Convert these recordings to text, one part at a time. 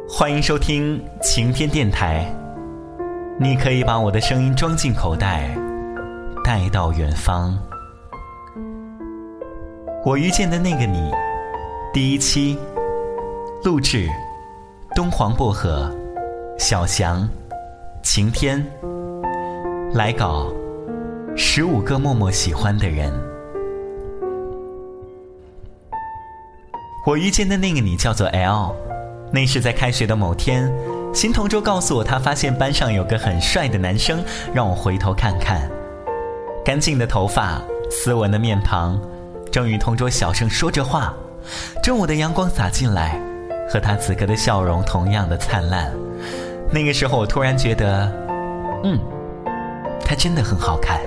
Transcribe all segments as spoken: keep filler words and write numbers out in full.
欢迎收听晴天电台，你可以把我的声音装进口袋，带到远方。我遇见的那个你，第一期，录制东黄薄荷，小翔，晴天，来稿十五个默默喜欢的人。我遇见的那个你叫做 L， 那是在开学的某天，新同桌告诉我他发现班上有个很帅的男生，让我回头看看。干净的头发，斯文的面庞，正与同桌小声说着话。中午的阳光洒进来，和他此刻的笑容同样的灿烂。那个时候我突然觉得，嗯，他真的很好看。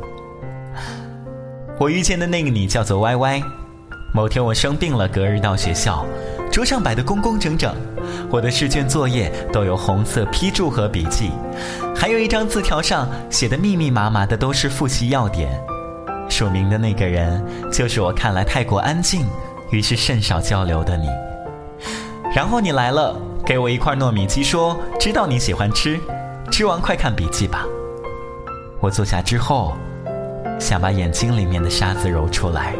我遇见的那个你叫做 Y Y。某天我生病了，隔日到学校，桌上摆得工工整整，我的试卷作业都有红色批注和笔记，还有一张字条上写的密密麻麻的都是复习要点。署名的那个人就是我看来太过安静，于是甚少交流的你。然后你来了，给我一块糯米鸡，说知道你喜欢吃，吃完快看笔记吧。我坐下之后，想把眼睛里面的沙子揉出来。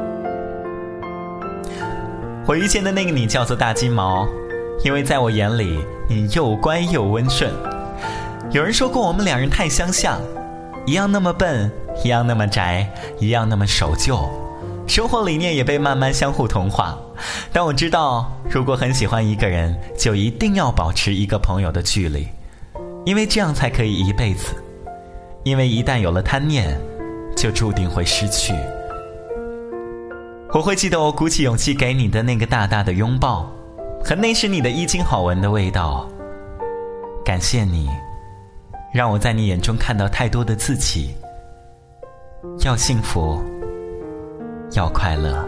我遇见的那个你叫做大金毛，因为在我眼里你又乖又温顺。有人说过我们两人太相像，一样那么笨，一样那么宅，一样那么守旧，生活理念也被慢慢相互同化。但我知道，如果很喜欢一个人，就一定要保持一个朋友的距离，因为这样才可以一辈子。因为一旦有了贪念，就注定会失去。我会记得我鼓起勇气给你的那个大大的拥抱，和那时你的衣襟好闻的味道。感谢你，让我在你眼中看到太多的自己。要幸福，要快乐。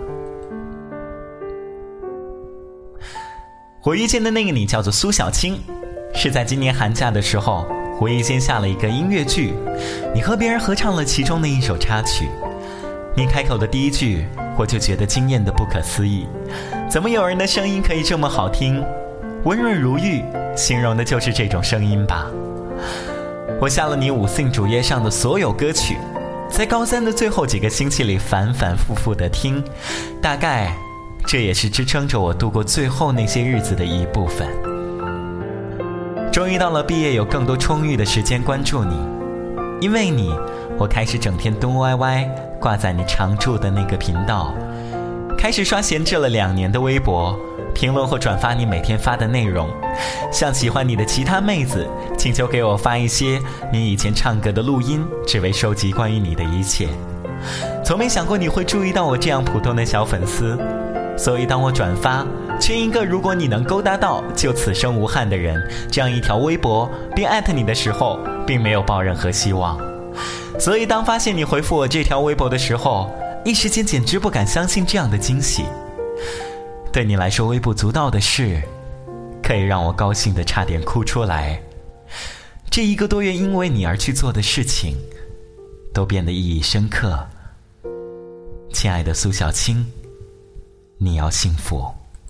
我遇见的那个你叫做苏小青，是在今年寒假的时候，无意间下了一个音乐剧，你和别人合唱了其中的一首插曲。你开口的第一句，我就觉得惊艳的不可思议，怎么有人的声音可以这么好听，温润如玉，形容的就是这种声音吧。我下了你五信主页上的所有歌曲，在高三的最后几个星期里反反复复的听，大概这也是支撑着我度过最后那些日子的一部分。终于到了毕业，有更多充裕的时间关注你，因为你，我开始整天东歪歪挂在你常驻的那个频道，开始刷闲置了两年的微博，评论或转发你每天发的内容，向喜欢你的其他妹子请求给我发一些你以前唱歌的录音，只为收集关于你的一切。从没想过你会注意到我这样普通的小粉丝，所以当我转发圈一个如果你能勾搭到就此生无憾的人这样一条微博，并艾特你的时候，并没有抱任何希望。所以当发现你回复我这条微博的时候，一时间简直不敢相信这样的惊喜。对你来说微不足道的事，可以让我高兴得差点哭出来。这一个多月因为你而去做的事情，都变得意义深刻。亲爱的苏小青，你要幸福。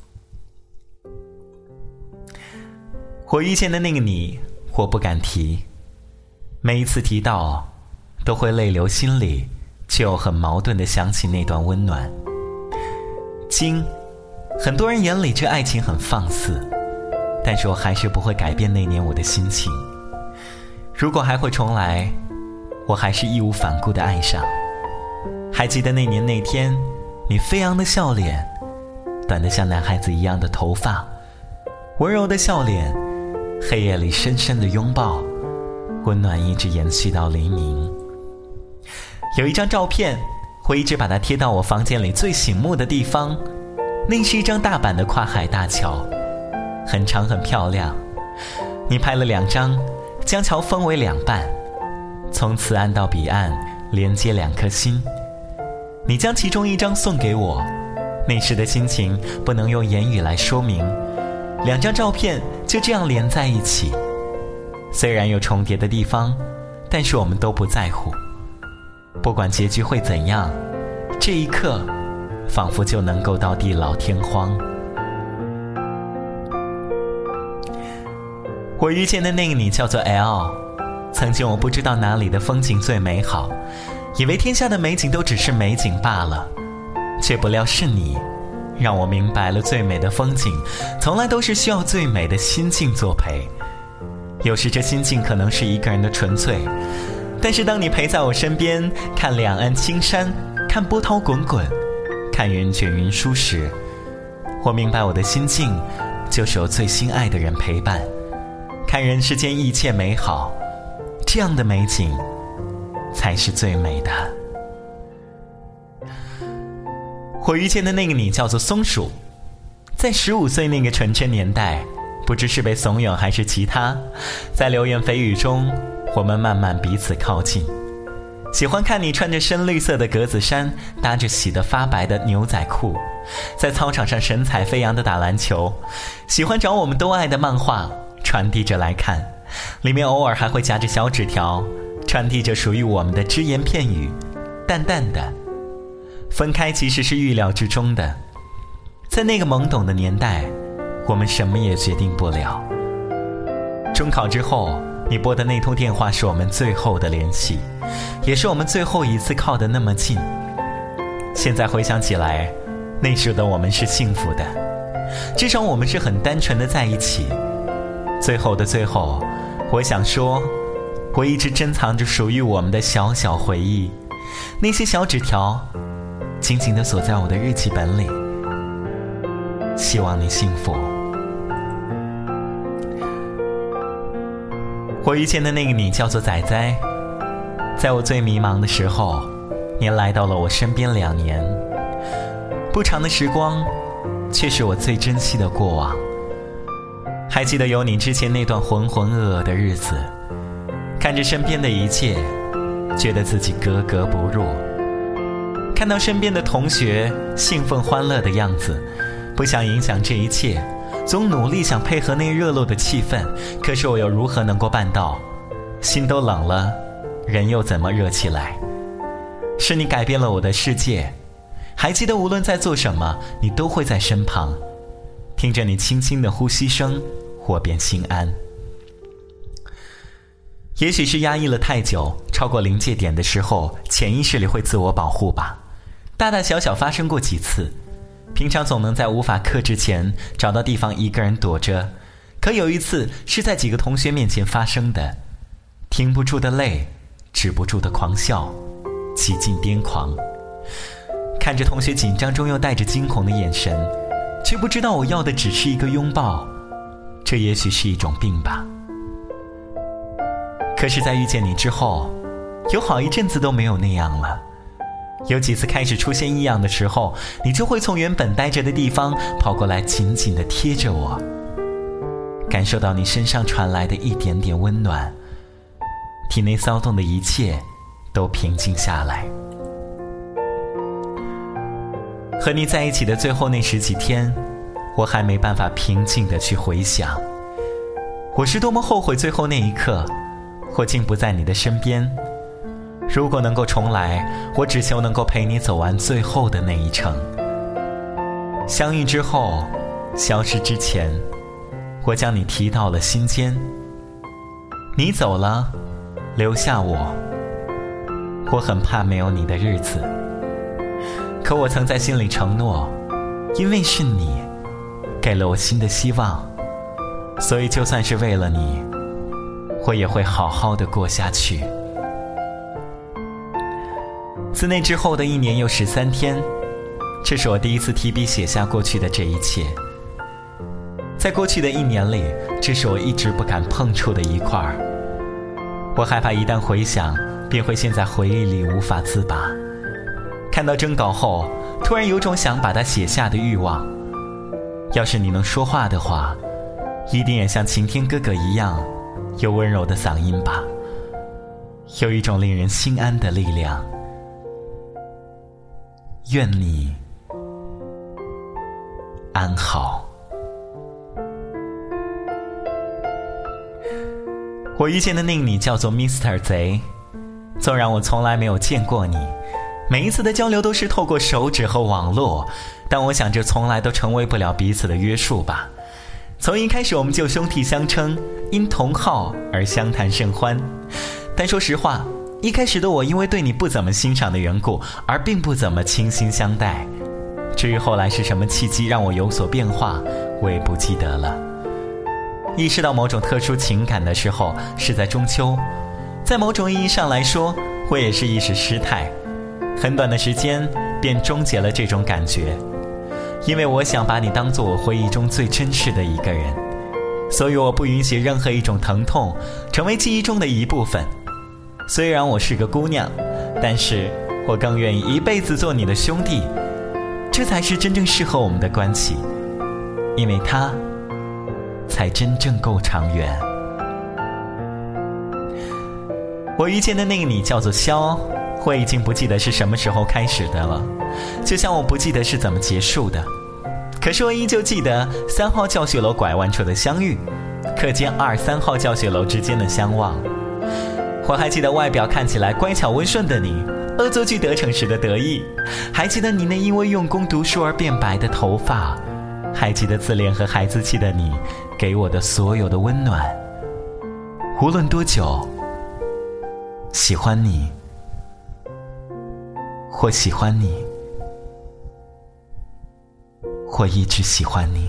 我遇见的那个你，我不敢提，每一次提到都会泪流心里，却又很矛盾地想起那段温暖。经很多人眼里这爱情很放肆，但是我还是不会改变那年我的心情。如果还会重来，我还是义无反顾地爱上。还记得那年那天，你飞扬的笑脸，短得像男孩子一样的头发，温柔的笑脸，黑夜里深深的拥抱，温暖一直延续到黎明。有一张照片，我一直把它贴到我房间里最醒目的地方，那是一张大阪的跨海大桥，很长很漂亮。你拍了两张，将桥分为两半，从此岸到彼岸连接两颗心。你将其中一张送给我，那时的心情不能用言语来说明，两张照片就这样连在一起，虽然有重叠的地方，但是我们都不在乎。不管结局会怎样，这一刻仿佛就能够到地老天荒。 我遇见的那个你叫做 L， 曾经我不知道哪里的风景最美好，以为天下的美景都只是美景罢了，却不料是你让我明白了最美的风景从来都是需要最美的心境作陪。有时这心境可能是一个人的纯粹，但是当你陪在我身边，看两岸青山，看波涛滚滚，看云卷云舒时，我明白我的心境就是我最心爱的人陪伴，看人世间一切美好，这样的美景才是最美的。我遇见的那个你叫做松鼠，在十五岁那个纯真年代，不知是被怂恿还是其他，在流言蜚语中我们慢慢彼此靠近。喜欢看你穿着深绿色的格子衫，搭着洗得发白的牛仔裤，在操场上神采飞扬地打篮球。喜欢找我们都爱的漫画传递着来看，里面偶尔还会夹着小纸条，传递着属于我们的只言片语，淡淡的。分开其实是预料之中的，在那个懵懂的年代，我们什么也决定不了。中考之后，你拨的那通电话是我们最后的联系，也是我们最后一次靠得那么近。现在回想起来，那时的我们是幸福的，至少我们是很单纯的在一起。最后的最后，我想说，我一直珍藏着属于我们的小小回忆，那些小纸条紧紧地锁在我的日记本里。希望你幸福。我遇见的那个你叫做仔仔，在我最迷茫的时候，你来到了我身边两年，不长的时光，却是我最珍惜的过往。还记得有你之前那段浑浑噩噩的日子，看着身边的一切，觉得自己格格不入。看到身边的同学兴奋欢乐的样子，不想影响这一切，总努力想配合那热络的气氛，可是我又如何能够办到？心都冷了，人又怎么热起来？是你改变了我的世界。还记得无论在做什么，你都会在身旁，听着你轻轻的呼吸声，我便心安。也许是压抑了太久，超过临界点的时候，潜意识里会自我保护吧。大大小小发生过几次，平常总能在无法克制前找到地方一个人躲着，可有一次是在几个同学面前发生的，停不住的泪，止不住的狂笑，几近癫狂。看着同学紧张中又带着惊恐的眼神，却不知道我要的只是一个拥抱，这也许是一种病吧。可是在遇见你之后，有好一阵子都没有那样了。有几次开始出现异样的时候，你就会从原本待着的地方跑过来，紧紧地贴着我，感受到你身上传来的一点点温暖，体内骚动的一切都平静下来。和你在一起的最后那十几天，我还没办法平静地去回想，我是多么后悔最后那一刻我竟不在你的身边。如果能够重来，我只求能够陪你走完最后的那一程。相遇之后，消失之前，我将你提到了心间。你走了，留下我，我很怕没有你的日子。可我曾在心里承诺，因为是你给了我新的希望，所以就算是为了你，我也会好好的过下去。自那之后的一年又十三天，这是我第一次提笔写下过去的这一切。在过去的一年里，这是我一直不敢碰触的一块儿，我害怕一旦回想，便会陷在回忆里无法自拔。看到征稿后，突然有种想把它写下的欲望。要是你能说话的话，一定也像晴天哥哥一样有温柔的嗓音吧，有一种令人心安的力量。愿你安好。我遇见的那个你叫做 Mister 贼，纵然我从来没有见过你，每一次的交流都是透过手指和网络，但我想这从来都成为不了彼此的约束吧。 从一开始我们就兄弟相称，因同好而相谈甚欢。但说实话，一开始的我因为对你不怎么欣赏的缘故，而并不怎么倾心相待。至于后来是什么契机让我有所变化，我也不记得了。意识到某种特殊情感的时候是在中秋，在某种意义上来说，我也是一时失态，很短的时间便终结了这种感觉。因为我想把你当作我回忆中最真实的一个人，所以我不允许任何一种疼痛成为记忆中的一部分。虽然我是个姑娘，但是我更愿意一辈子做你的兄弟，这才是真正适合我们的关系，因为它才真正够长远。我遇见的那个你叫做萧，我已经不记得是什么时候开始的了，就像我不记得是怎么结束的。可是我依旧记得三号教学楼拐弯处的相遇，课间二三号教学楼之间的相望。我还记得外表看起来乖巧温顺的你，恶作剧得逞时的得意，还记得你那因为用功读书而变白的头发，还记得自恋和孩子气的你给我的所有的温暖。无论多久，喜欢你或喜欢你，或一直喜欢你。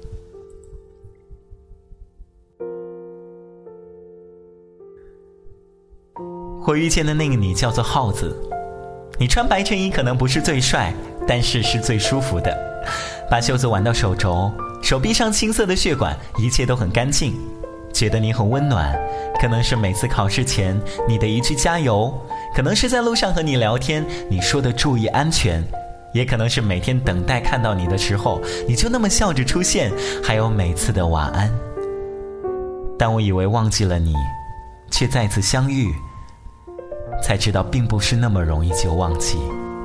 我遇见的那个你叫做耗子，你穿白衬衣可能不是最帅，但是是最舒服的。把袖子挽到手肘，手臂上青色的血管，一切都很干净，觉得你很温暖。可能是每次考试前你的一句加油，可能是在路上和你聊天你说的注意安全，也可能是每天等待看到你的时候你就那么笑着出现，还有每次的晚安。当我以为忘记了你，却再次相遇，才知道并不是那么容易就忘记。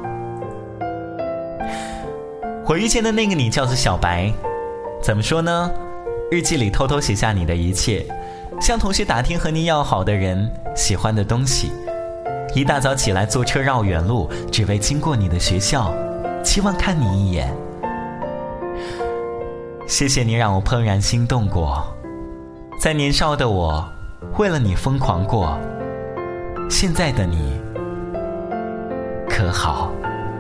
我遇见的那个你叫做小白，怎么说呢？日记里偷偷写下你的一切，向同学打听和你要好的人，喜欢的东西。一大早起来坐车绕远路，只为经过你的学校，期望看你一眼。谢谢你让我怦然心动过，在年少的我为了你疯狂过，现在的你可好？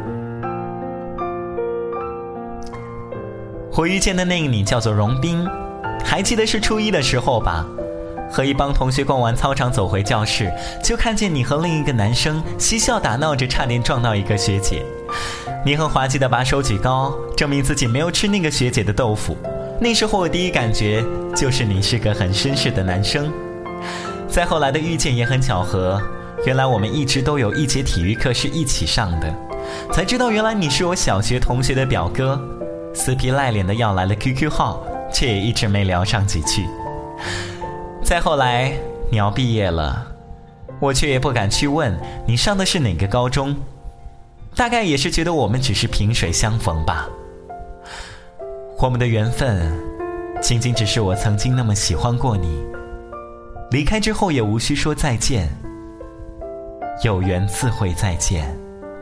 我遇见的那个你叫做荣斌，还记得是初一的时候吧，和一帮同学逛完操场走回教室，就看见你和另一个男生嬉笑打闹着，差点撞到一个学姐。你很滑稽地把手举高，证明自己没有吃那个学姐的豆腐。那时候我第一感觉就是你是个很绅士的男生。再后来的遇见也很巧合，原来我们一直都有一节体育课是一起上的，才知道原来你是我小学同学的表哥，死皮赖脸的要来了 Q Q 号，却也一直没聊上几句。再后来你要毕业了，我却也不敢去问你上的是哪个高中，大概也是觉得我们只是萍水相逢吧。我们的缘分仅仅只是我曾经那么喜欢过你，离开之后也无需说再见，有缘自会再见。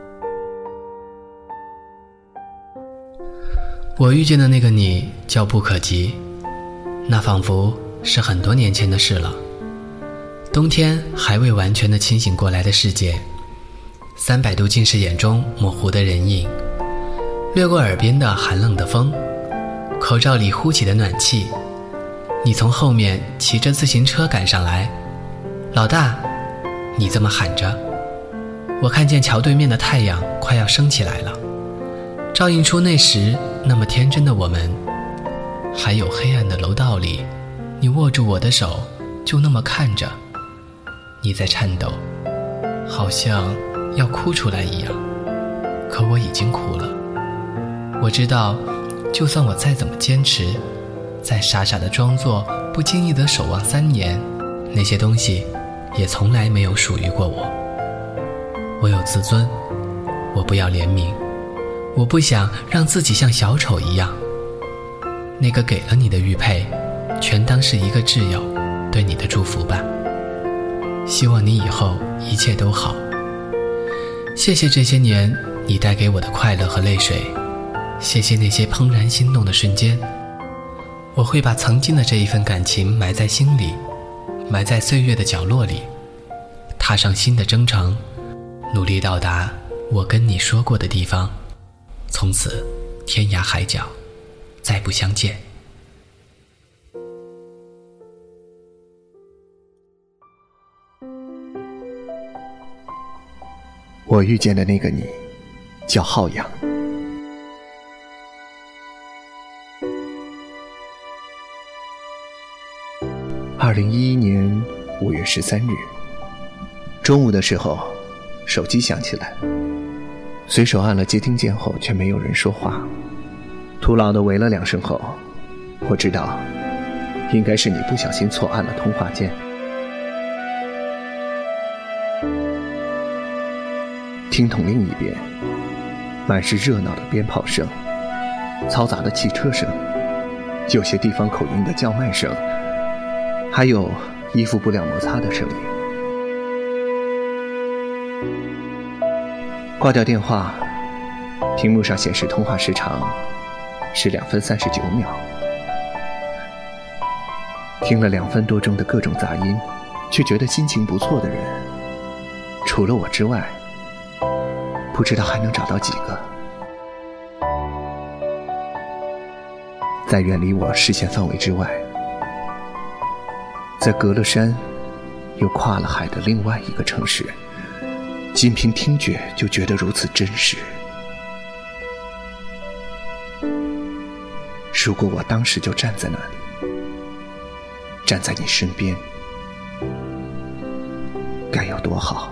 我遇见的那个你叫不可及，那仿佛是很多年前的事了。冬天还未完全的清醒过来的世界，三百度近视眼中模糊的人影，掠过耳边的寒冷的风，口罩里呼起的暖气。你从后面骑着自行车赶上来，老大，你这么喊着。我看见桥对面的太阳快要升起来了，照映出那时那么天真的我们。还有黑暗的楼道里，你握住我的手，就那么看着。你在颤抖，好像要哭出来一样，可我已经哭了。我知道，就算我再怎么坚持，再傻傻的装作不经意的守望三年，那些东西也从来没有属于过我。我有自尊，我不要怜悯，我不想让自己像小丑一样。那个给了你的玉佩，全当是一个挚友对你的祝福吧。希望你以后一切都好。谢谢这些年你带给我的快乐和泪水，谢谢那些怦然心动的瞬间。 我会把曾经的这一份感情埋在心里，埋在岁月的角落里，踏上新的征程，努力到达我跟你说过的地方，从此天涯海角再不相见。 我遇见的那个你叫浩洋。二零一一年五月十三日中午的时候，手机响起来，随手按了接听键后却没有人说话，徒劳地喂了两声后，我知道应该是你不小心错按了通话键。听筒另一边满是热闹的鞭炮声，嘈杂的汽车声，有些地方口音的叫卖声，还有衣服布料摩擦的声音。挂掉电话，屏幕上显示通话时长是两分三十九秒。听了两分多钟的各种杂音，却觉得心情不错的人，除了我之外，不知道还能找到几个。在远离我视线范围之外，在隔了山又跨了海的另外一个城市，仅凭听觉就觉得如此真实。如果我当时就站在那里，站在你身边，该有多好。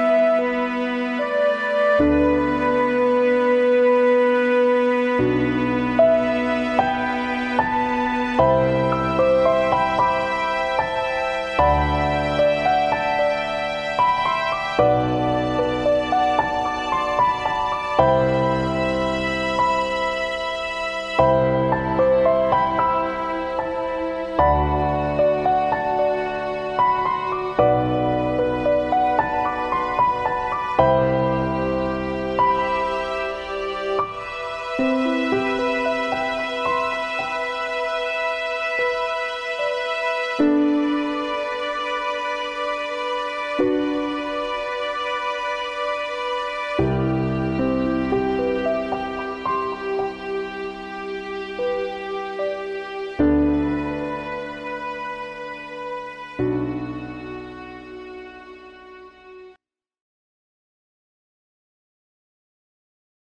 you